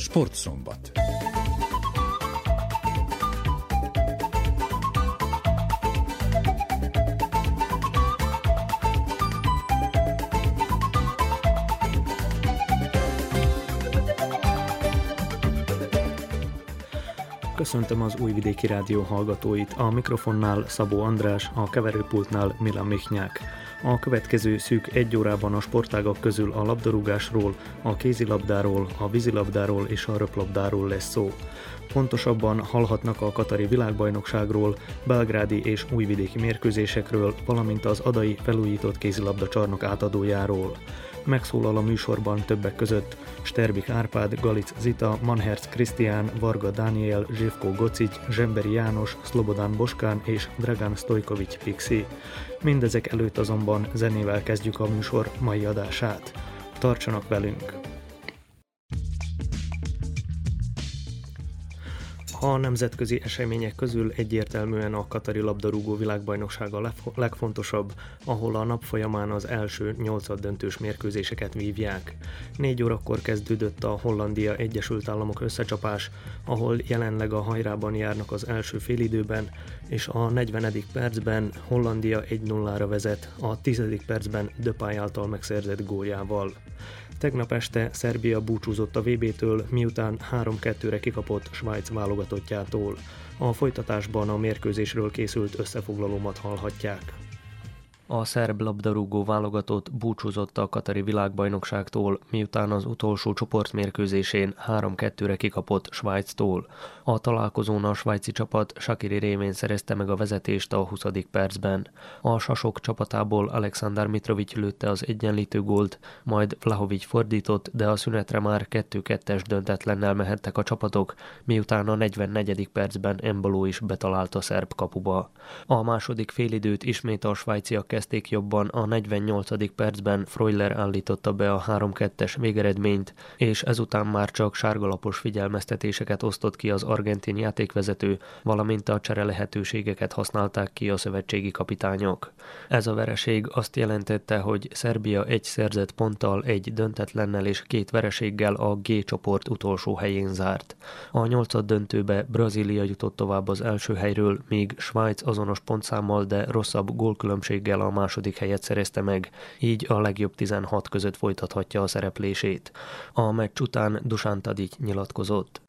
Sportszombat. Köszöntöm az Újvidéki Rádió hallgatóit, a mikrofonnál Szabó András, a keverőpultnál Mila Michnyák. A következő szűk egy órában a sportágak közül a labdarúgásról, a kézilabdáról, a vízilabdáról és a röplabdáról lesz szó. Pontosabban hallhatnak a katari világbajnokságról, belgrádi és újvidéki mérkőzésekről, valamint az adai felújított kézilabda csarnok átadójáról. Megszólal a műsorban többek között Sterbik Árpád, Galic Zita, Manherc Krisztián, Varga Dániel, Zsivko Gocic, Zsemberi János, Szlobodán Boskán és Dragan Stojkovic Pixi. Mindezek előtt azonban zenével kezdjük a műsor mai adását. Tartsanak velünk! A nemzetközi események közül egyértelműen a katari labdarúgó világbajnokság a legfontosabb, ahol a nap folyamán az első nyolcaddöntős mérkőzéseket vívják. 4 órakor kezdődött a Hollandia Egyesült Államok összecsapás, ahol jelenleg a hajrában járnak az első félidőben, és a 40. percben Hollandia 1-0-ra vezet a 10. percben Depay által megszerzett góljával. Tegnap este Szerbia búcsúzott a VB-től, miután 3-2-re kikapott Svájc válogatottjától. A folytatásban a mérkőzésről készült összefoglalómat hallhatják. A szerb labdarúgó válogatott búcsúzott a katari világbajnokságtól, miután az utolsó csoportmérkőzésén 3-2-re kikapott Svájctól. A találkozón a svájci csapat Shaqiri révén szerezte meg a vezetést a 20. percben. A sasok csapatából Aleksandar Mitrovic lőtte az egyenlítő gólt, majd Vlahovic fordított, de a szünetre már 2-2-es döntetlennel mehettek a csapatok, miután a 44. percben Embolo is betalált a szerb kapuba. A második félidőt ismét a svájciak kezdték jobban, a 48. percben Freuler állította be a 3-2-es végeredményt, és ezután már csak sárgalapos figyelmeztetéseket osztott ki az argentin játékvezető, valamint a csere lehetőségeket használták ki a szövetségi kapitányok. Ez a vereség azt jelentette, hogy Szerbia egy szerzett ponttal, egy döntetlennel és 2 vereséggel a G csoport utolsó helyén zárt. A 8. döntőbe Brazília jutott tovább az első helyről, míg Svájc azonos pontszámmal, de rosszabb gólkülönbséggel a második helyet szerezte meg, így a legjobb 16 között folytathatja a szereplését. A meccs után Dusan Tadić nyilatkozott.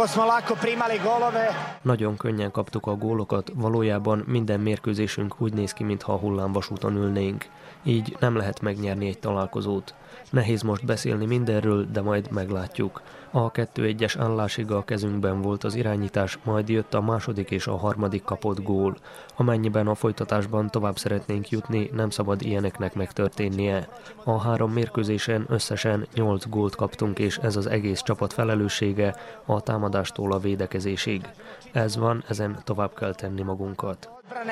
Nagyon könnyen kaptuk a gólokat, valójában minden mérkőzésünk úgy néz ki, mintha a hullámvasúton ülnénk. Így nem lehet megnyerni egy találkozót. Nehéz most beszélni mindenről, de majd meglátjuk. A 2-1-es állásig a kezünkben volt az irányítás, majd jött a második és a harmadik kapott gól. Amennyiben a folytatásban tovább szeretnénk jutni, nem szabad ilyeneknek megtörténnie. A 3 mérkőzésen összesen 8 gólt kaptunk, és ez az egész csapat felelőssége a támadástól a védekezésig. Ez van, ezen tovább kell tenni magunkat.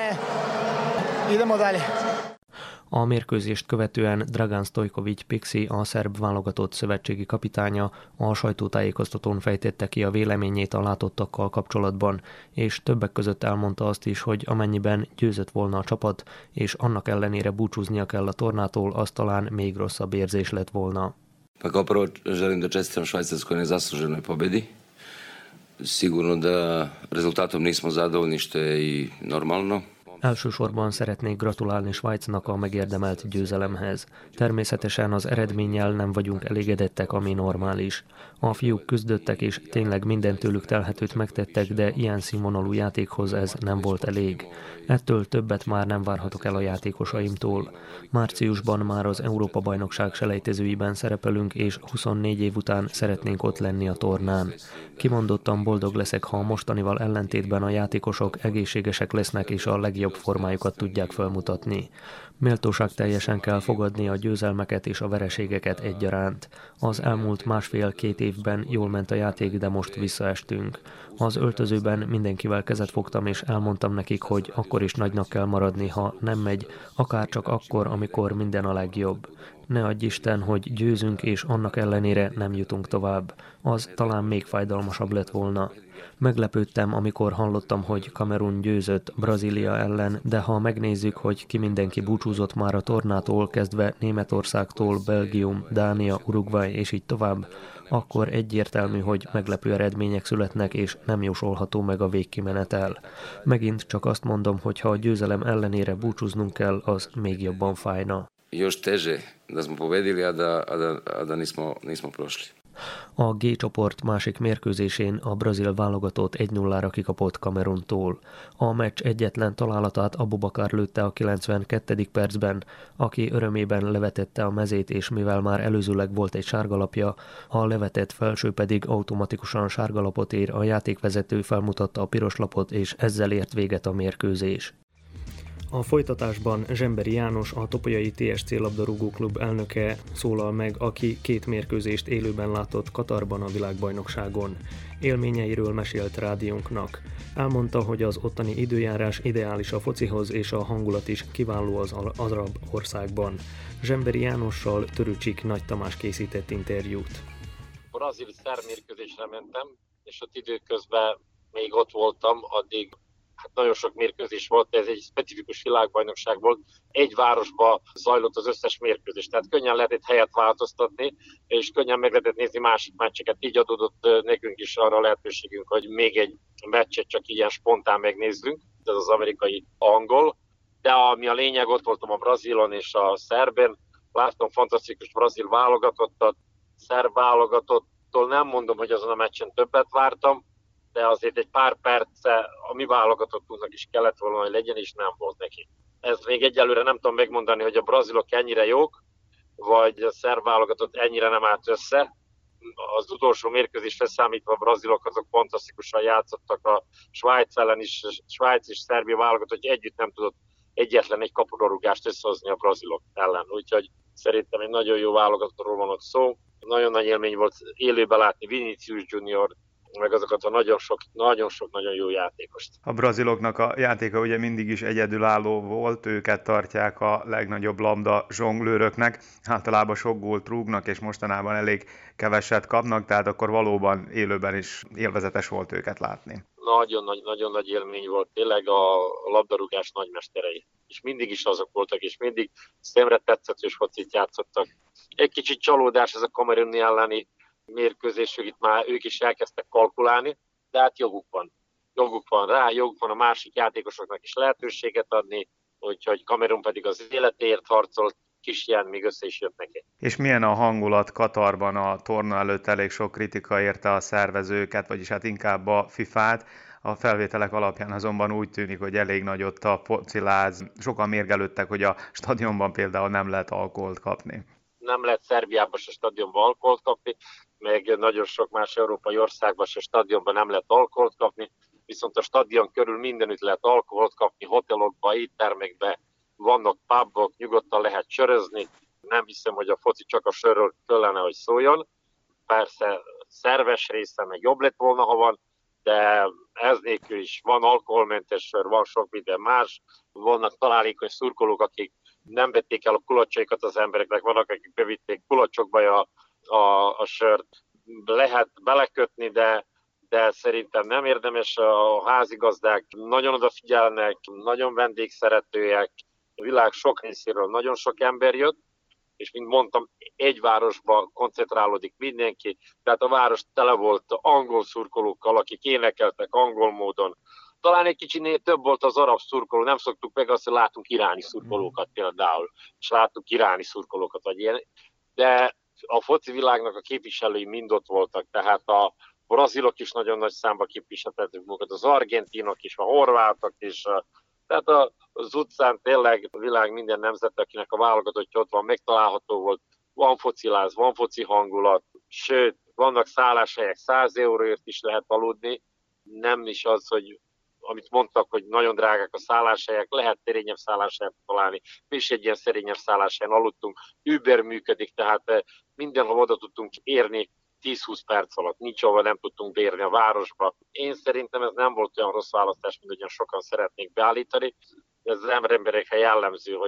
A mérkőzést követően Dragan Stojkovic Pixi, a szerb válogatott szövetségi kapitánya a sajtótájékoztatón fejtette ki a véleményét a látottakkal kapcsolatban, és többek között elmondta azt is, hogy amennyiben győzött volna a csapat, és annak ellenére búcsúznia kell a tornától, az talán még rosszabb érzés lett volna. Pa kao prvo želim da čestitam Švajcarskoj nezasluženoj pobedi. Sigurno da rezultatom nismo zadovoljni, što je i normalno. Elsősorban szeretnék gratulálni Svájcnak a megérdemelt győzelemhez. Természetesen az eredménnyel nem vagyunk elégedettek, ami normális. A fiúk küzdöttek és tényleg minden tőlük telhetőt megtettek, de ilyen színvonalú játékhoz ez nem volt elég. Ettől többet már nem várhatok el a játékosaimtól. Márciusban már az Európa-bajnokság selejtezőiben szerepelünk, és 24 év után szeretnénk ott lenni a tornán. Kimondottan boldog leszek, ha a mostanival ellentétben a játékosok egészségesek lesznek és a legjobb formájukat tudják felmutatni. Méltóságteljesen kell fogadni a győzelmeket és a vereségeket egyaránt. Az elmúlt 1,5-2 évben jól ment a játék, de most visszaestünk. Az öltözőben mindenkivel kezet fogtam, és elmondtam nekik, hogy akkor is nagynak kell maradni, ha nem megy, akár csak akkor, amikor minden a legjobb. Ne adj Isten, hogy győzünk, és annak ellenére nem jutunk tovább. Az talán még fájdalmasabb lett volna. Meglepődtem, amikor hallottam, hogy Kamerun győzött Brazília ellen, de ha megnézzük, hogy ki mindenki búcsúzott már a tornától, kezdve Németországtól, Belgium, Dánia, Uruguay és így tovább, akkor egyértelmű, hogy meglepő eredmények születnek, és nem jósolható meg a végkimenetel. Megint csak azt mondom, hogy ha a győzelem ellenére búcsúznunk kell, az még jobban fájna. Još teže da smo pobedili, a da nismo prošli. A G csoport másik mérkőzésén a brazil válogatott 1-0-ra kikapott Kameruntól. A meccs egyetlen találatát Abubakar lőtte a 92. percben, aki örömében levetette a mezét, és mivel már előzőleg volt egy sárgalapja, a levetett felső pedig automatikusan sárgalapot ér, a játékvezető felmutatta a piros lapot, és ezzel ért véget a mérkőzés. A folytatásban Zsemberi János, a Topolyai TSC labdarúgóklub elnöke szólal meg, aki 2 mérkőzést élőben látott Katarban a világbajnokságon. Élményeiről mesélt rádiónknak. Elmondta, hogy az ottani időjárás ideális a focihoz, és a hangulat is kiváló az arab országban. Zsemberi Jánossal Törőcsik Nagy Tamás készített interjút. Brazil-szerb mérkőzésre mentem, és ott időközben még ott voltam, addig nagyon sok mérkőzés volt, ez egy specifikus világbajnokság volt. Egy városba zajlott az összes mérkőzés, tehát könnyen lehetett helyet változtatni, és könnyen meg lehetett nézni másik meccseket. Így adódott nekünk is arra a lehetőségünk, hogy még egy meccset csak ilyen spontán megnézzünk, ez az amerikai angol. De ami a lényeg, ott voltam a Brazilon és a szerben, láttam fantasztikus brazil válogatottat, szerb válogatottól nem mondom, hogy azon a meccsen többet vártam, de azért egy pár perce a mi válogatottunknak is kellett volna, hogy legyen, és nem volt neki. Ez még egyelőre nem tudom megmondani, hogy a brazilok ennyire jók, vagy a szerb válogatott ennyire nem állt össze. Az utolsó mérkőzésre számítva a brazilok azok fantasztikusan játszottak a Svájc ellen is, Svájc és Szerbia válogatott, hogy együtt nem tudott egyetlen egy kapurarúgást összehozni a brazilok ellen. Úgyhogy szerintem egy nagyon jó válogatottról van ott szó. Nagyon nagy élmény volt élőben látni Vinicius Junior, meg azokat a nagyon sok nagyon jó játékost. A braziloknak a játéka ugye mindig is egyedülálló volt, őket tartják a legnagyobb labda zsonglőröknek, általában sok gólt rúgnak, és mostanában elég keveset kapnak, tehát akkor valóban élőben is élvezetes volt őket látni. Nagyon nagy élmény volt tényleg a labdarúgás nagymesterei. És mindig is azok voltak, és mindig szemre tetszetős focit játszottak. Egy kicsit csalódás ez a kameruni elleni mérkőzésük, itt már ők is elkezdtek kalkulálni, de hát joguk van rá, joguk van a másik játékosoknak is lehetőséget adni, úgyhogy Kamerun pedig az életéért harcolt, kis ilyen még össze is jött neki. És milyen a hangulat Katarban? A torna előtt elég sok kritika érte a szervezőket, vagyis hát inkább a FIFA-t. A felvételek alapján azonban úgy tűnik, hogy elég nagy ott a fociláz. Sokan mérgelődtek, hogy a stadionban például nem lehet alkoholt kapni. Nem lehet Szerbiában se stadionban alkoholt kapni, meg nagyon sok más európai országban se stadionban nem lehet alkoholt kapni, viszont a stadion körül mindenütt lehet alkoholt kapni, hotelokba, éttermekbe, vannak pubok, nyugodtan lehet sörözni. Nem hiszem, hogy a foci csak a sörről kellene, hogy szóljon. Persze szerves része meg jobb lett volna, ha van, de ez nélkül is van alkoholmentes sör, van sok minden más. Vannak találékony szurkolók, akik nem vették el a kulacsaikat az embereknek, vannak, akik bevitték kulacsokba a sört. Lehet belekötni, de szerintem nem érdemes. A házigazdák nagyon odafigyelnek, nagyon vendégszeretőek, a világ sok részéről nagyon sok ember jött, és mint mondtam, egy városba koncentrálódik mindenki, tehát a város tele volt angol szurkolókkal, akik énekeltek angol módon. Talán egy kicsit több volt az arab szurkoló, nem szoktuk meg azt, hogy látunk iráni szurkolókat például, és látunk iráni szurkolókat, vagy ilyen. De a foci világnak a képviselői mind ott voltak, tehát a brazilok is nagyon nagy számba képviseltettük magukat, az argentinok is, a horvátok is, tehát az utcán tényleg a világ minden nemzet, akinek a válogatottja ott van, megtalálható volt, van fociláz, van foci hangulat, sőt, vannak szálláshelyek, 100 euróért is lehet aludni, nem is az, hogy amit mondtak, hogy nagyon drágák a szálláshelyek, lehet szerényebb szálláshelyet találni. Mi is egy ilyen szerényebb szálláshelyen aludtunk. Uber működik, tehát mindenhol oda tudtunk érni 10-20 perc alatt. Nincs ahol nem tudtunk beérni a városba. Én szerintem ez nem volt olyan rossz választás, mint ugyan sokan szeretnék beállítani. Ez az emberekre jellemző, hogy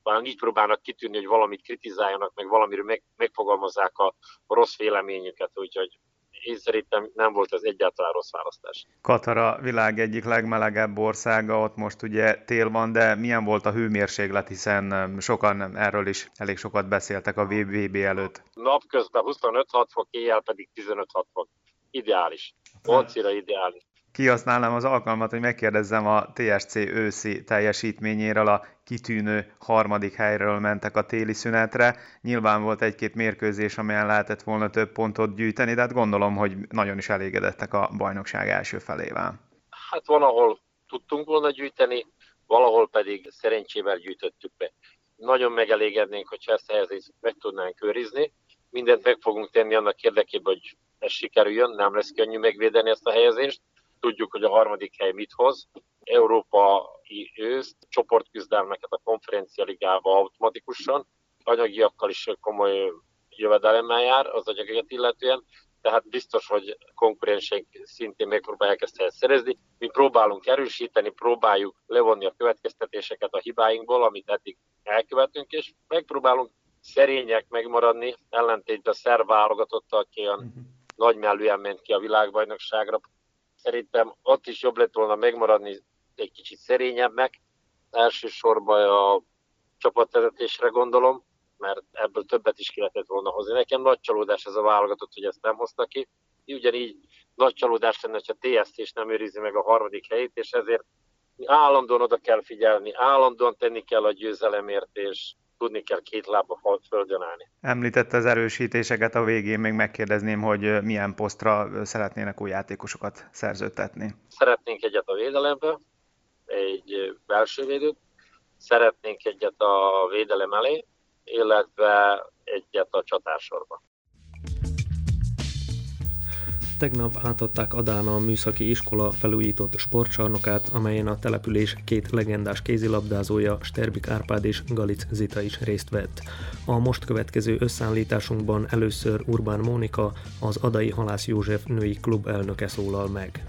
talán így próbálnak kitűnni, hogy valamit kritizáljanak, meg valamiről megfogalmazzák a rossz véleményüket, úgyhogy én szerintem nem volt ez egyáltalán rossz választás. Katar a világ egyik legmelegebb országa, ott most ugye tél van, de milyen volt a hőmérséklet, hiszen sokan erről is elég sokat beszéltek a VB előtt. Napközben 25-6 fok, éjjel pedig 15-6 fok. Ideális. Focira ideális. Kihasználnám az alkalmat, hogy megkérdezzem a TSC őszi teljesítményéről, a kitűnő 3. helyről mentek a téli szünetre. Nyilván volt egy-két mérkőzés, amelyen lehetett volna több pontot gyűjteni, de hát gondolom, hogy nagyon is elégedettek a bajnokság első felével. Hát van, ahol tudtunk volna gyűjteni, valahol pedig szerencsével gyűjtöttük be. Nagyon megelégednénk, hogyha ezt a helyezést meg tudnánk őrizni. Mindent meg fogunk tenni annak érdekében, hogy ez sikerüljön, nem lesz könnyű megvédeni ezt a helyezést. Tudjuk, hogy a 3. hely mit hoz. Európai őszt, csoportküzdelmeket a konferencia ligába automatikusan, anyagiakkal is komoly jövedelemmel jár az anyagiakat illetően, tehát biztos, hogy konkurenseink szintén megpróbálják ezt szerezni. Mi próbálunk erősíteni, próbáljuk levonni a következtetéseket a hibáinkból, amit eddig elkövetünk, és megpróbálunk szerények megmaradni, ellentétben a szerb válogatottal, aki olyan nagymellűen ment ki a világbajnokságra. Szerintem ott is jobb lett volna megmaradni egy kicsit szerényebbnek, elsősorban a csapatvezetésre gondolom, mert ebből többet is ki lehetett volna hozni. Nekem nagy csalódás ez a válogatott, hogy ezt nem hozta ki. Ugyanígy nagy csalódás lenne, hogyha TSC is nem őrizi meg a 3. helyét, és ezért állandóan oda kell figyelni, állandóan tenni kell a győzelemért, és tudni kell 2 lába földön állni. Említette az erősítéseket, a végén még megkérdezném, hogy milyen posztra szeretnének új játékosokat szerződtetni. Szeretnénk egyet a védelembe, egy belső védőt, szeretnénk egyet a védelem elé, illetve egyet a csatársorba. Tegnap átadták Adán a műszaki iskola felújított sportcsarnokát, amelyen a település 2 legendás kézilabdázója, Sterbik Árpád és Galic Zita is részt vett. A most következő összeállításunkban először Urbán Mónika, az Adai Halász József női klub elnöke szólal meg.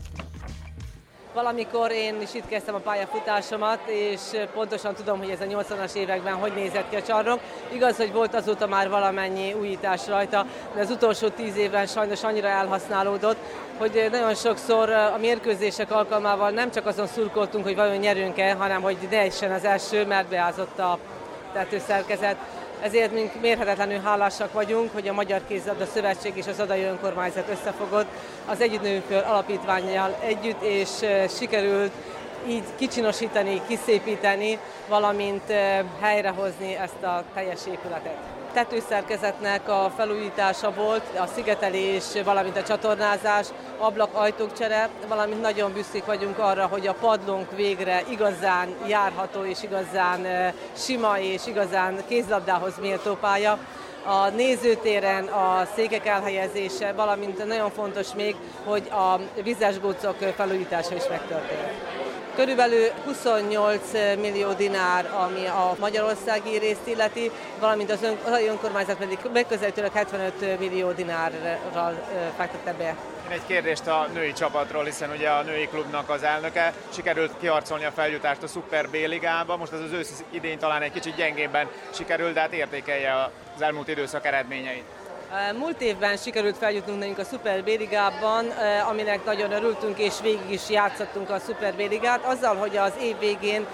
Valamikor én is itt kezdtem a pályafutásomat, és pontosan tudom, hogy ez a 80-as években hogy nézett ki a csarnok. Igaz, hogy volt azóta már valamennyi újítás rajta, de az utolsó 10 évben sajnos annyira elhasználódott, hogy nagyon sokszor a mérkőzések alkalmával nem csak azon szurkoltunk, hogy vajon nyerünk-e, hanem hogy ne essen az első, mert beázott a tetőszerkezet. Ezért mink mérhetetlenül hálásak vagyunk, hogy a Magyar Kézilabda Szövetség és az Adai Önkormányzat összefogott az Együttnőjünk föl alapítvánnyal együtt, és sikerült így kicsinosítani, kiszépíteni, valamint helyrehozni ezt a teljes épületet. Tetőszerkezetnek a felújítása volt, a szigetelés, valamint a csatornázás, ablak-ajtókcsere, valamint nagyon büszkék vagyunk arra, hogy a padlónk végre igazán járható és igazán sima és igazán kézlabdához méltó pálya. A nézőtéren a székek elhelyezése, valamint nagyon fontos még, hogy a vizes gócok felújítása is megtörtént. Körülbelül 28 millió dinár, ami a magyarországi részt illeti, valamint az önkormányzat pedig megközelítőleg 75 millió dinárral fektette be. Én egy kérdést a női csapatról, hiszen ugye a női klubnak az elnöke, sikerült kiharcolni a feljutást a Super B-ligába, most az őszi idén talán egy kicsit gyengébben sikerült, de hát értékelje az elmúlt időszak eredményeit. Múlt évben sikerült feljutnunk nekünk a Super B-ligában, aminek nagyon örültünk, és végig is játszottunk a Super B-ligát, azzal, hogy az év végén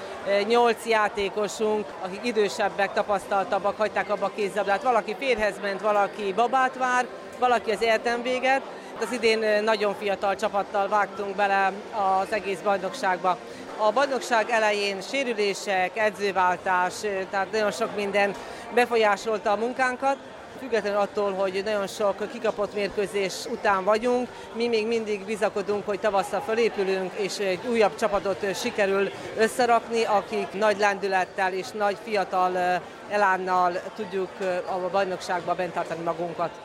8 játékosunk, akik idősebbek, tapasztaltabbak, hagyták abba a kézilabdát. Valaki férhez ment, valaki babát vár, valaki az egyetem véget. Az idén nagyon fiatal csapattal vágtunk bele az egész bajnokságba. A bajnokság elején sérülések, edzőváltás, tehát nagyon sok minden befolyásolta a munkánkat. Függetlenül attól, hogy nagyon sok kikapott mérkőzés után vagyunk, mi még mindig bizakodunk, hogy tavasszal felépülünk, és egy újabb csapatot sikerül összerakni, akik nagy lendülettel és nagy fiatal elánnal tudjuk a bajnokságban bent tartani magunkat.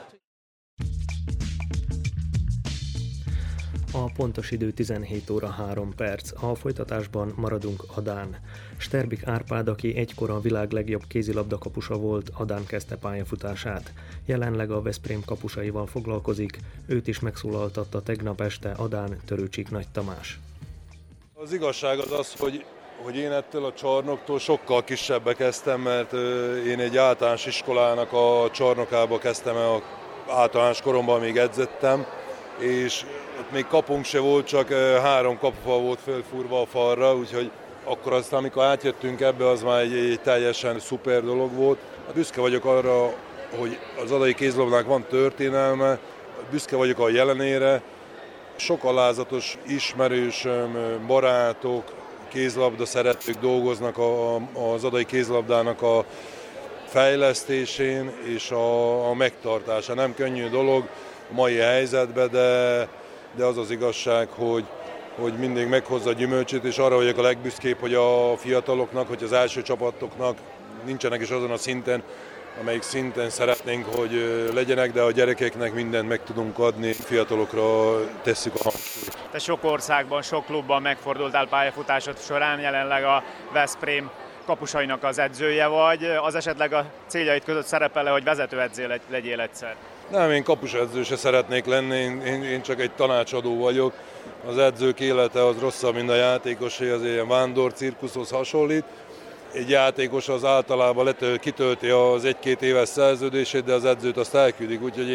A pontos idő 17 óra 3 perc. A folytatásban maradunk Adán. Sterbik Árpád, aki egykor a világ legjobb kézilabdakapusa volt, Adán kezdte pályafutását. Jelenleg a Veszprém kapusaival foglalkozik, őt is megszólaltatta tegnap este Adán Törőcsik Nagy Tamás. Az igazság az az, hogy hogy én ettől a csarnoktól sokkal kisebbe kezdtem, mert én egy általános iskolának a csarnokába kezdtem el, általános koromban még edzettem, és ott még kapunk se volt, csak 3 kapufal volt fölfúrva a falra, úgyhogy akkor aztán, amikor átjöttünk ebbe, az már egy teljesen szuper dolog volt. Büszke vagyok arra, hogy az adai kézilabdának van történelme, büszke vagyok a jelenére. Sok alázatos ismerősöm, barátok, kézilabda szeretők dolgoznak az adai kézilabdának a fejlesztésén és a megtartása. Nem könnyű dolog a mai helyzetben, de az az igazság, hogy mindig meghozza a gyümölcsét, és arra vagyok a legbüszkébb, hogy a fiataloknak, hogy az első csapatoknak nincsenek is azon a szinten, amelyik szinten szeretnénk, hogy legyenek, de a gyerekeknek mindent meg tudunk adni, fiatalokra tesszük a hangsúlyt. Te sok országban, sok klubban megfordultál pályafutásod során, jelenleg a Veszprém kapusainak az edzője vagy. Az esetleg a céljaid között szerepel-e, hogy vezetőedző legyél egyszer? Nem, én kapusedző se szeretnék lenni, én csak egy tanácsadó vagyok. Az edzők élete az rosszabb, mint a játékosé, az ilyen vándor cirkuszhoz hasonlít. Egy játékos az általában kitölti az 1-2 éves szerződését, de az edzőt azt elküldik, úgyhogy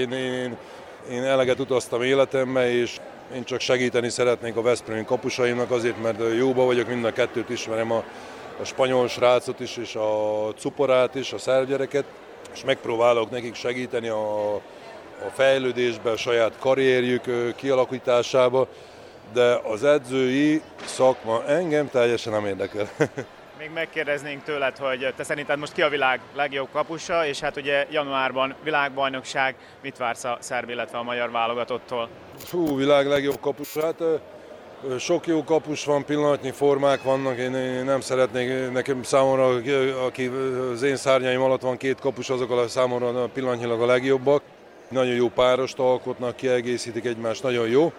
én eleget utaztam életemben, és én csak segíteni szeretnék a veszprémi kapusaimnak azért, mert jóba vagyok, mind a kettőt ismerem, a spanyol srácot is, és a cuporát is, a szervgyereket, és megpróbálok nekik segíteni a fejlődésbe, a saját karrierjük kialakításába, de az edzői szakma engem teljesen nem érdekel. Még megkérdeznénk tőled, hogy te szerinted most ki a világ legjobb kapusa, és hát ugye januárban világbajnokság, mit vársz a szerb, illetve a magyar válogatottól? Világ legjobb kapusa, hát sok jó kapus van, pillanatnyi formák vannak, én nem szeretnék, nekem számomra, aki az én szárnyaim alatt van 2 kapus, azok a számomra pillanatnyilag a legjobbak. Nagyon jó párost alkotnak, kiegészítik egymást, nagyon jó.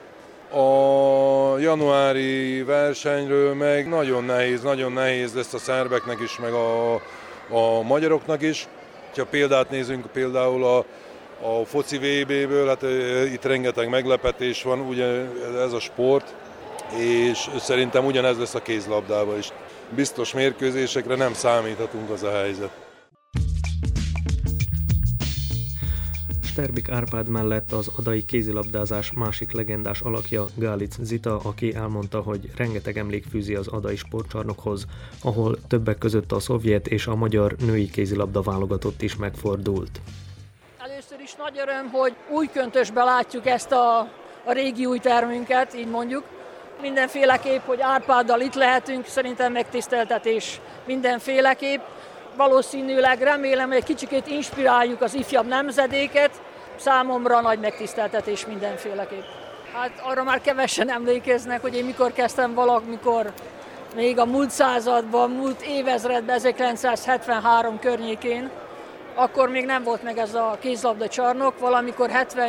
A januári versenyről meg nagyon nehéz lesz a szerbeknek is, meg a magyaroknak is. Ha példát nézünk, például a foci VB-ből, hát itt rengeteg meglepetés van, ugye ez a sport, és szerintem ugyanez lesz a kézlabdában is. Biztos mérkőzésekre nem számíthatunk, az a helyzet. Sterbik Árpád mellett az adai kézilabdázás másik legendás alakja Gálic Zita, aki elmondta, hogy rengeteg emlék fűzi az adai sportcsarnokhoz, ahol többek között a szovjet és a magyar női kézilabda válogatott is megfordult. Először is nagy öröm, hogy új köntösbe látjuk ezt a régi új termünket, így mondjuk. Mindenféleképp, hogy Árpáddal itt lehetünk, szerintem megtiszteltetés mindenféleképp. Valószínűleg remélem, hogy egy kicsikét inspiráljuk az ifjabb nemzedéket. Számomra nagy megtiszteltetés mindenféleképp. Hát arra már kevesen emlékeznek, hogy én mikor kezdtem valamikor, még a múlt században, múlt évezredben, 1973 környékén, akkor még nem volt meg ez a kézlabda csarnok, valamikor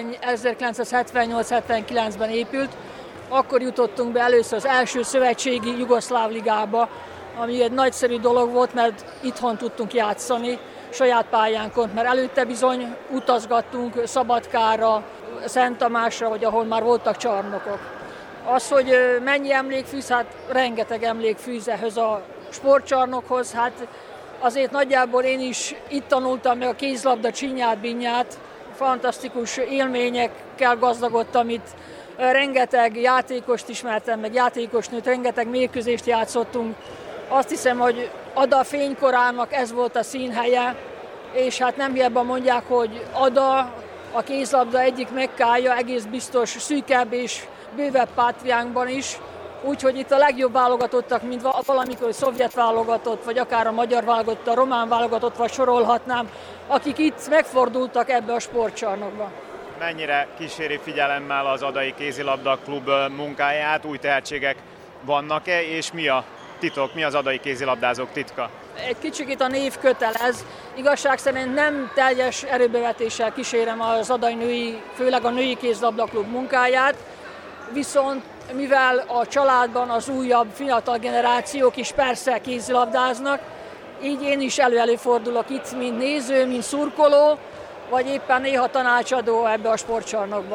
1978-79-ben épült, akkor jutottunk be először az első szövetségi Jugoszláv ligába, ami egy nagyszerű dolog volt, mert itthon tudtunk játszani saját pályánkon, mert előtte bizony utazgattunk Szabadkára, Szent Tamásra, vagy ahol már voltak csarnokok. Az, hogy mennyi emlék fűz, hát rengeteg emlék fűz ehhez a sportcsarnokhoz, hát azért nagyjából én is itt tanultam meg a kézlabda csinyát-binyát, fantasztikus élményekkel gazdagodtam itt, rengeteg játékost ismertem meg, játékosnőt, rengeteg mérkőzést játszottunk. Azt hiszem, hogy Ada fénykorának ez volt a színhelye, és hát nem hiába mondják, hogy Ada a kézlabda egyik mekkája, egész biztos szűkebb és bővebb pátriánkban is. Úgyhogy itt a legjobb válogatottak, mint valamikor a szovjet válogatott, vagy akár a magyar válogatott, a román válogatott, vagy sorolhatnám, akik itt megfordultak ebbe a sportcsarnokba. Mennyire kíséri figyelemmel az adai kézilabda klub munkáját, új tehetségek vannak-e, és mi a titok, mi az adai kézilabdázók titka? Egy kicsit a név kötelez. Igazság szerint nem teljes erőbevetéssel kísérem az adai női, főleg a női kézilabdaklub munkáját, viszont mivel a családban az újabb fiatal generációk is persze kézilabdáznak, így én is előfordulok itt, mint néző, mint szurkoló, vagy éppen néha tanácsadó ebbe a sportcsarnokba.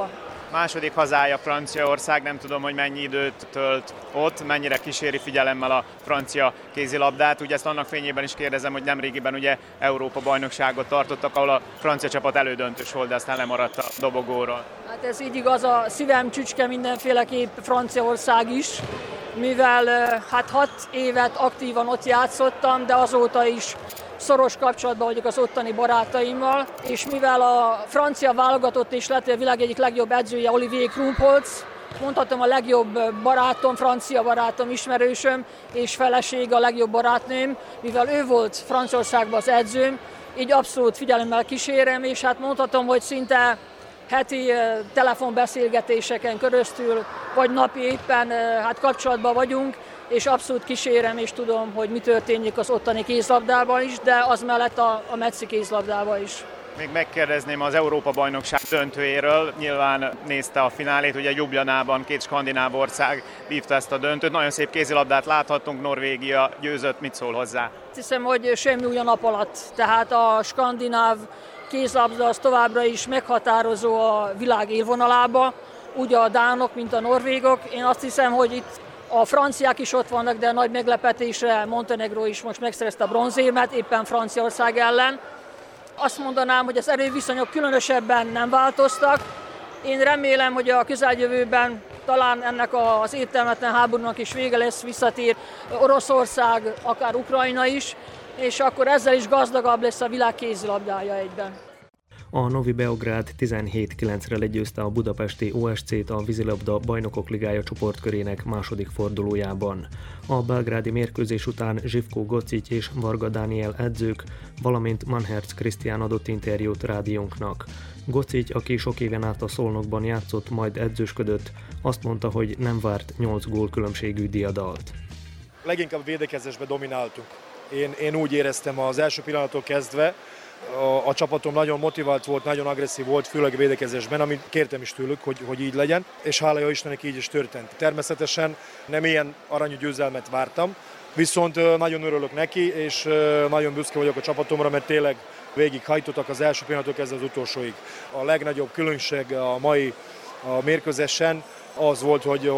Második hazája Franciaország, nem tudom, hogy mennyi időt tölt ott, mennyire kíséri figyelemmel a francia kézilabdát. Ugye ezt annak fényében is kérdezem, hogy nemrégiben ugye Európa-bajnokságot tartottak, ahol a francia csapat elődöntős volt, de aztán lemaradt a dobogóról. Hát ez így igaz, a szívem csücske mindenféleképp Franciaország is, mivel hát 6 évet aktívan ott játszottam, de azóta is szoros kapcsolatban vagyok az ottani barátaimmal, és mivel a francia válogatott is lett a világ egyik legjobb edzője Olivier Krumpholz, mondhatom a legjobb barátom, francia barátom, ismerősöm, és felesége a legjobb barátnőm, mivel ő volt Franciaországban az edzőm, így abszolút figyelemmel kísérem, és hát mondhatom, hogy szinte heti telefonbeszélgetéseken keresztül, vagy napi éppen hát kapcsolatban vagyunk, és abszolút kísérem, és tudom, hogy mi történik az ottani kézlabdában is, de az mellett a metszi kézlabdában is. Még megkérdezném az Európa-bajnokság döntőjéről. Nyilván nézte a finálét, ugye Ljubljanában 2 skandináv ország vívta ezt a döntőt. Nagyon szép kézilabdát láthattunk, Norvégia győzött, mit szól hozzá? Hiszem, hogy semmi új a nap alatt. Tehát a skandináv kézlabda az továbbra is meghatározó a világ élvonalába, úgy a dánok, mint a norvégok. Én azt hiszem, hogy itt a franciák is ott vannak, de nagy meglepetésre Montenegro is most megszerezte a bronzérmet, éppen Franciaország ellen. Azt mondanám, hogy az erőviszonyok különösebben nem változtak. Én remélem, hogy a közeljövőben talán ennek az értelmetlen háborúnak is vége lesz, visszatér Oroszország, akár Ukrajna is, és akkor ezzel is gazdagabb lesz a világ kézilabdája egyben. A Novi Beográd 17-9-re legyőzte a budapesti OSC-t a vízilabda Bajnokok Ligája csoportkörének második fordulójában. A belgrádi mérkőzés után Živko Gocic és Varga Dániel edzők, valamint Manherz Krisztián adott interjút rádiónknak. Gocic, aki sok éven át a Szolnokban játszott, majd edzősködött, azt mondta, hogy nem várt 8 gól különbségű diadalt. Leginkább védekezésbe domináltunk. Én úgy éreztem az első pillanattól kezdve, a csapatom nagyon motivált volt, nagyon agresszív volt, főleg védekezésben, amit kértem is tőlük, hogy így legyen, és hála jó Istennek így is történt. Természetesen nem ilyen aranyú győzelmet vártam, viszont nagyon örülök neki, és nagyon büszke vagyok a csapatomra, mert tényleg végighajtottak az első pillanattól kezdve az utolsóig. A legnagyobb különbség a mai mérkőzésen az volt, hogy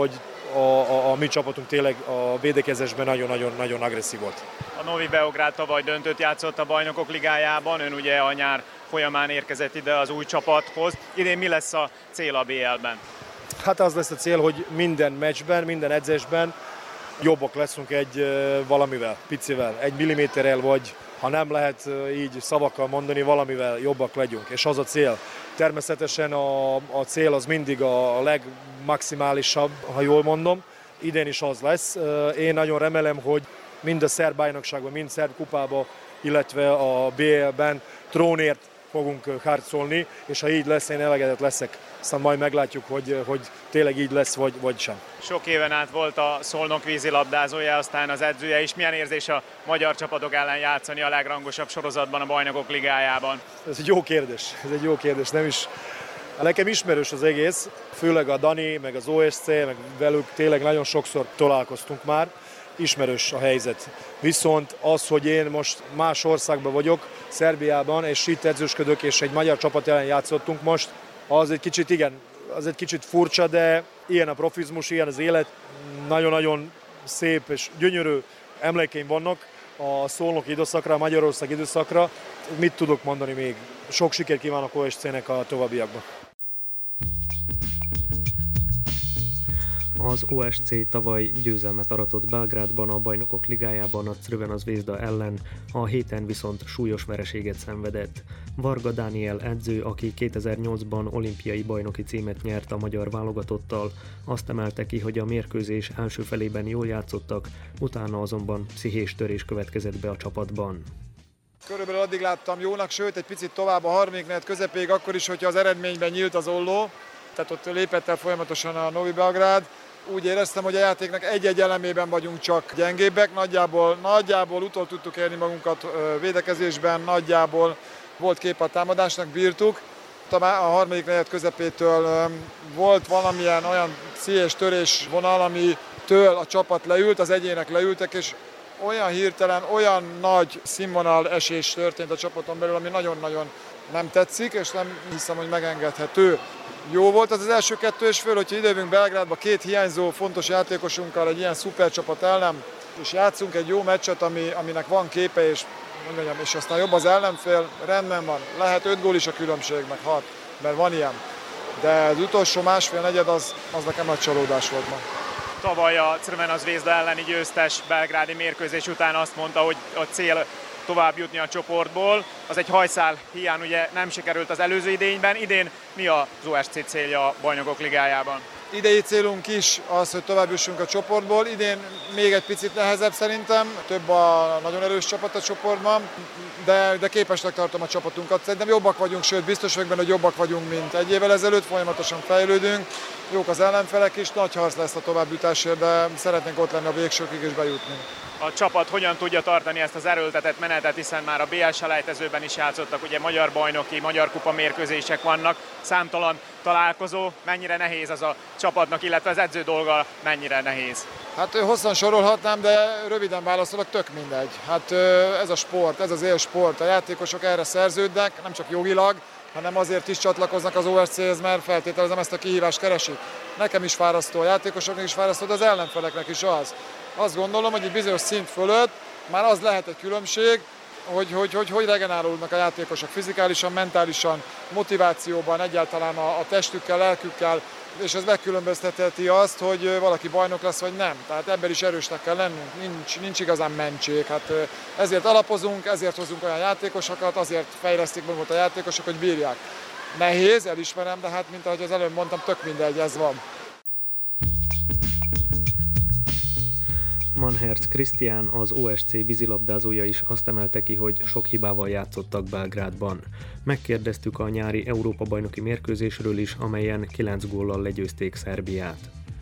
a mi csapatunk tényleg a védekezésben nagyon agresszív volt. A Novi Beográd tavaly döntőt játszott a Bajnokok Ligájában, ön ugye a nyár folyamán érkezett ide az új csapathoz. Idén mi lesz a cél a BL-ben? Hát az lesz a cél, hogy minden meccsben, minden edzésben jobbak leszünk egy valamivel, picivel, 1 milliméterrel, vagy ha nem lehet így szavakkal mondani, valamivel jobbak legyünk, és az a cél. Természetesen a cél az mindig a legmaximálisabb, ha jól mondom, idén is az lesz. Én nagyon remélem, hogy mind a szerb bajnokságban, mind szerb kupában, illetve a BL-ben trónért fogunk harcolni, és ha így lesz, én elégedett leszek. Aztán majd meglátjuk, hogy tényleg így lesz, vagy sem. Sok éven át volt a Szolnok vízilabdázója, aztán az edzője is. Milyen érzés a magyar csapatok ellen játszani a legrangosabb sorozatban, a Bajnokok Ligájában? Ez egy jó kérdés, nem is. Nekem ismerős az egész, főleg a Dani, meg az OSC, meg velük tényleg nagyon sokszor találkoztunk már. Ismerős a helyzet. Viszont az, hogy én most más országban vagyok, Szerbiában, és itt edzősködök, és egy magyar csapat ellen játszottunk most, az egy kicsit furcsa, de ilyen a profizmus, ilyen az élet, nagyon-nagyon szép és gyönyörű emlékeim vannak a szolnoki időszakra, a Magyarország időszakra. Mit tudok mondani még? Sok sikert kívánok OSC-nek a továbbiakban. Az OSC tavaly győzelmet aratott Belgrádban a Bajnokok Ligájában a Crvena Zvezda ellen, a héten viszont súlyos vereséget szenvedett. Varga Dániel edző, aki 2008-ban olimpiai bajnoki címet nyert a magyar válogatottal, azt emelte ki, hogy a mérkőzés első felében jól játszottak, utána azonban pszichés törés következett be a csapatban. Körülbelül addig láttam jónak, sőt egy picit tovább a harmadik negyed közepéig, akkor is, hogyha az eredményben nyílt az olló, tehát ott lépett el folyamatosan a Novi Beográd. Úgy éreztem, hogy a játéknak egy-egy elemében vagyunk csak gyengébbek, nagyjából utol tudtuk érni magunkat védekezésben, nagyjából volt kép a támadásnak, bírtuk. A harmadik negyed közepétől volt valamilyen olyan szíjes törés vonal, amitől a csapat leült, az egyének leültek, és olyan hirtelen, olyan nagy színvonal esés történt a csapaton belül, ami nagyon-nagyon nem tetszik, és nem hiszem, hogy megengedhető. jó volt az első 2,5, hogyha idejövünk Belgrádba 2 hiányzó fontos játékosunkkal egy ilyen szupercsapat ellen, és játszunk egy jó meccset, aminek van képe, és aztán jobb az ellenfél, rendben van. Lehet 5 gól is a különbség, meg 6, mert van ilyen. De az utolsó másfél negyed az nekem nagy csalódás volt ma. Tavaly a Crvena Zvezda elleni győztes belgrádi mérkőzés után azt mondta, hogy a cél tovább jutni a csoportból. Az egy hajszál hiány ugye nem sikerült az előző idényben. Idén mi az OSC célja a Bajnokok Ligájában? Idei célunk is az, hogy tovább jussunk a csoportból. Idén még egy picit nehezebb szerintem, több a nagyon erős csapat a csoportban, de képesnek tartom a csapatunkat. Szerintem jobbak vagyunk, sőt biztos vagyok benne, hogy jobbak vagyunk, mint egy évvel ezelőtt, folyamatosan fejlődünk. Jók az ellenfelek is, nagy harc lesz a továbbjutásért, de szeretnénk ott lenni a végsőkig és bejutni. A csapat hogyan tudja tartani ezt az erőltetett menetet, hiszen már a BL selejtezőben is játszottak, ugye magyar bajnoki, magyar kupa mérkőzések vannak, számtalan találkozó, mennyire nehéz az a csapatnak, illetve az edző dolga mennyire nehéz? Hát hosszan sorolhatnám, de röviden válaszolok, tök mindegy. Hát ez a sport, ez az élsport, a játékosok erre szerződnek, nem csak jogilag, hanem azért is csatlakoznak az OSC-hez, mert feltételezem ezt a kihívást keresik. Nekem is fárasztó, a játékosoknak is fárasztó, de az ellenfeleknek is az. Azt gondolom, hogy egy bizonyos szint fölött már az lehet egy különbség, hogy regenerálódnak a játékosok fizikálisan, mentálisan, motivációban, egyáltalán a testükkel, lelkükkel, és ez megkülönböztetheti azt, hogy valaki bajnok lesz, vagy nem. Tehát ebben is erősnek kell lennünk, nincs igazán mentség. Hát ezért alapozunk, ezért hozunk olyan játékosokat, azért fejlesztik magukat a játékosok, hogy bírják. Nehéz, elismerem, de hát mint ahogy az előbb mondtam, tök mindegy, ez van. Manherz Krisztián, az OSC vízilabdázója is azt emelte ki, hogy sok hibával játszottak Belgrádban. Megkérdeztük a nyári Európa-bajnoki mérkőzésről is, amelyen 9 góllal legyőzték Szerbiát.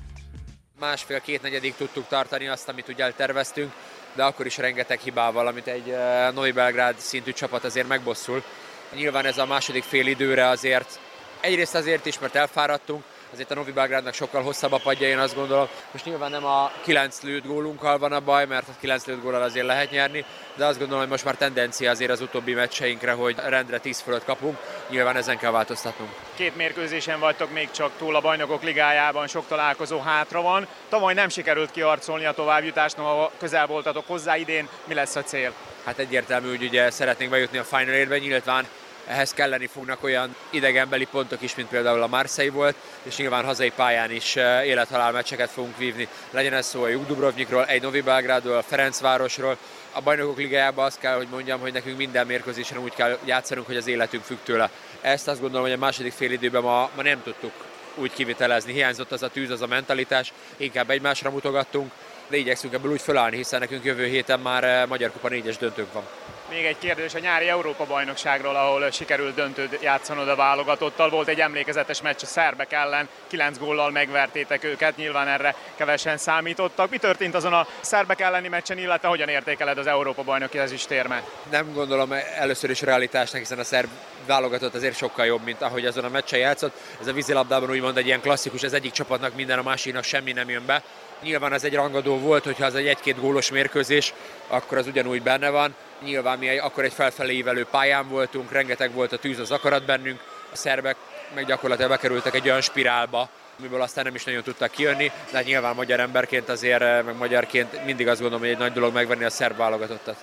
Másfél-két negyedig tudtuk tartani azt, amit ugye elterveztünk, de akkor is rengeteg hibával, amit egy Novi Belgrád szintű csapat azért megbosszul. Nyilván ez a második fél időre azért, egyrészt azért is, mert elfáradtunk, azért a Novi Belgrádnak sokkal hosszabb a padja, én azt gondolom. Most nyilván nem a 9 lőtt gólunkkal van a baj, mert a 9 lőtt góllal azért lehet nyerni, de azt gondolom, hogy most már tendencia azért az utóbbi meccseinkre, hogy rendre 10 fölött kapunk, nyilván ezen kell változtatnunk. 2 mérkőzésen vagytok még csak túl a Bajnokok Ligájában, sok találkozó hátra van. Tavaly nem sikerült kiharcolni a továbbjutást, noha közel voltatok hozzá, idén mi lesz a cél? Hát egyértelmű, hogy ugye szeretnénk bejutni a Final Eight-be, nyilván ehhez kelleni fognak olyan idegenbeli pontok is, mint például a Marseille volt, és nyilván hazai pályán is élethalál meccseket fogunk vívni. Legyen ez szó a Juk Dubrovnikról, egy Novi Belgrádról, a Ferencvárosról. A Bajnokok Ligájában azt kell, hogy mondjam, hogy nekünk minden mérkőzésen úgy kell játszanunk, hogy az életünk függ tőle. Ezt azt gondolom, hogy a második félidőben ma nem tudtuk úgy kivitelezni. Hiányzott az a tűz, az a mentalitás, inkább egymásra mutogattunk, de igyekszünk ebből úgy fölállni, hiszen nekünk jövő héten már Magyar Kupa 4-es döntőnk van. Még egy kérdés a nyári Európa-bajnokságról, ahol sikerült döntőt játszanod a válogatottal. Volt egy emlékezetes meccs a szerbek ellen, 9 góllal megvertétek őket, nyilván erre kevesen számítottak. Mi történt azon a szerbek elleni meccsen, illetve hogyan értékeled az Európa-bajnoki ezüstérmet? Nem gondolom először is realitásnak, hiszen a szerb válogatott azért sokkal jobb, mint ahogy azon a meccsen játszott. Ez a vízilabdában úgymond egy ilyen klasszikus, ez egyik csapatnak minden, a másiknak semmi nem jön be. Nyilván ez egy rangadó volt, hogyha az egy 1-2 gólos mérkőzés, akkor az ugyanúgy benne van. Nyilván mi akkor egy felfelé ívelő pályán voltunk, rengeteg volt a tűz, az akarat bennünk. A szerbek meg gyakorlatilag bekerültek egy olyan spirálba, amiből aztán nem is nagyon tudtak kijönni, de hát nyilván magyar emberként azért, meg magyarként mindig azt gondolom, hogy egy nagy dolog megvenni a szerb válogatottat.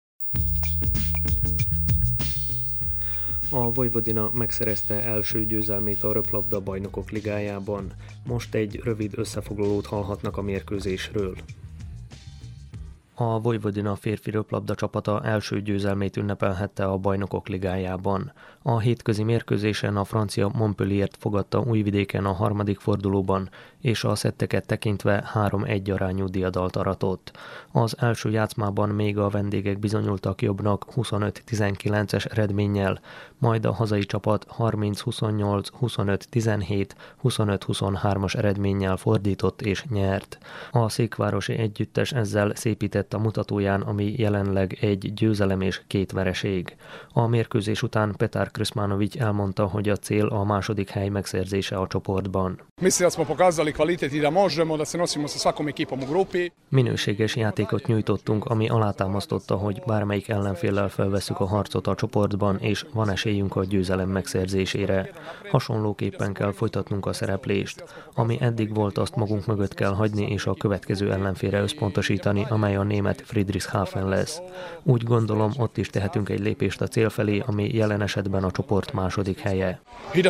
A Vojvodina megszerezte első győzelmét a röplabda Bajnokok Ligájában. Most egy rövid összefoglalót hallhatnak a mérkőzésről. A Vojvodina férfi röplabda csapata első győzelmét ünnepelhette a Bajnokok Ligájában. A hétközi mérkőzésen a francia Montpelliert fogadta Újvidéken a harmadik fordulóban, és a szetteket tekintve 3-1 arányú diadalt aratott. Az első játszmában még a vendégek bizonyultak jobbnak 25-19-es eredménnyel, majd a hazai csapat 30-28, 25-17, 25-23-as eredménnyel fordított és nyert. A székvárosi együttes ezzel szépítette végett a mutatóján, ami jelenleg 1 győzelem és 2 vereség. A mérkőzés után Petar Krsmanović elmondta, hogy a cél a második hely megszerzése a csoportban. Minőséges játékot nyújtottunk, ami alátámasztotta, hogy bármelyik ellenféllel felvesszük a harcot a csoportban, és van esélyünk a győzelem megszerzésére. Hasonlóképpen kell folytatnunk a szereplést. Ami eddig volt, azt magunk mögött kell hagyni, és a következő ellenfélre összpontosítani, amely a német Friedrichshafen lesz. Úgy gondolom, ott is tehetünk egy lépést a cél felé, ami jelen esetben a csoport második helye.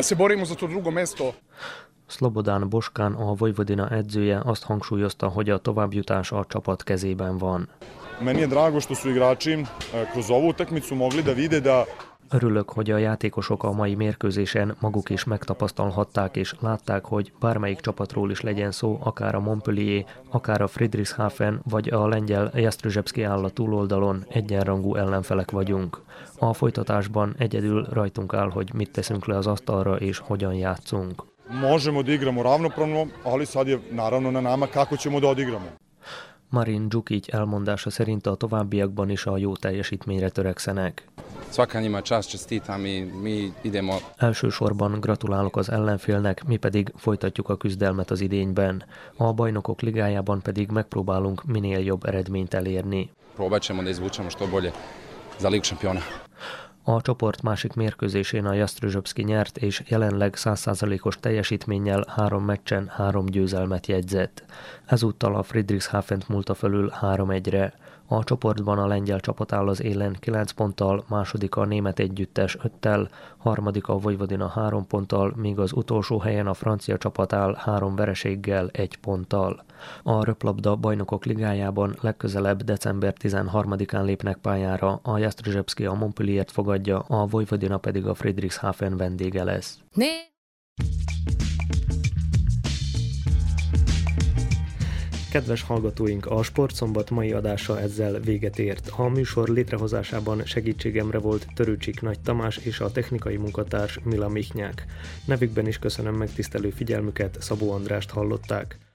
Slobodan Boškan, a Vojvodina edzője azt hangsúlyozta, hogy a továbbjutás a csapat kezében van. Meni je drago što su igrači kroz ovu utakmicu mogli da vide da Örülök, hogy a játékosok a mai mérkőzésen maguk is megtapasztalhatták és látták, hogy bármelyik csapatról is legyen szó, akár a Montpellier, akár a Friedrichshafen, vagy a lengyel Jastrzębski áll a túloldalon, egyenrangú ellenfelek vagyunk. A folytatásban egyedül rajtunk áll, hogy mit teszünk le az asztalra és hogyan játszunk. Možemo da igramo ravnopravno, ali sad je naravno na nama kako ćemo da odigramo. Marin Džukić elmondása szerint a továbbiakban is a jó teljesítményre törekszenek. Elsősorban gratulálok az ellenfélnek, mi pedig folytatjuk a küzdelmet az idényben. A Bajnokok Ligájában pedig megpróbálunk minél jobb eredményt elérni. A csoport másik mérkőzésén a Jastrzębski nyert, és jelenleg 100%-os teljesítménnyel 3 meccsen 3 győzelmet jegyzett. Ezúttal a Friedrichshafent múlta fölül 3-1-re. A csoportban a lengyel csapat áll az élen 9 ponttal, második a német együttes 5-tel, harmadik a Vojvodina 3 ponttal, míg az utolsó helyen a francia csapat áll 3 vereséggel 1 ponttal. A röplabda Bajnokok Ligájában legközelebb december 13-án lépnek pályára, a Jastrzębski a Montpelliert fogadja, a Vojvodina pedig a Friedrichshafen vendége lesz. Kedves hallgatóink, a Sportszombat mai adása ezzel véget ért. A műsor létrehozásában segítségemre volt Törőcsik Nagy Tamás és a technikai munkatárs Mila Michnyák. Nevükben is köszönöm megtisztelő figyelmüket, Szabó Andrást hallották.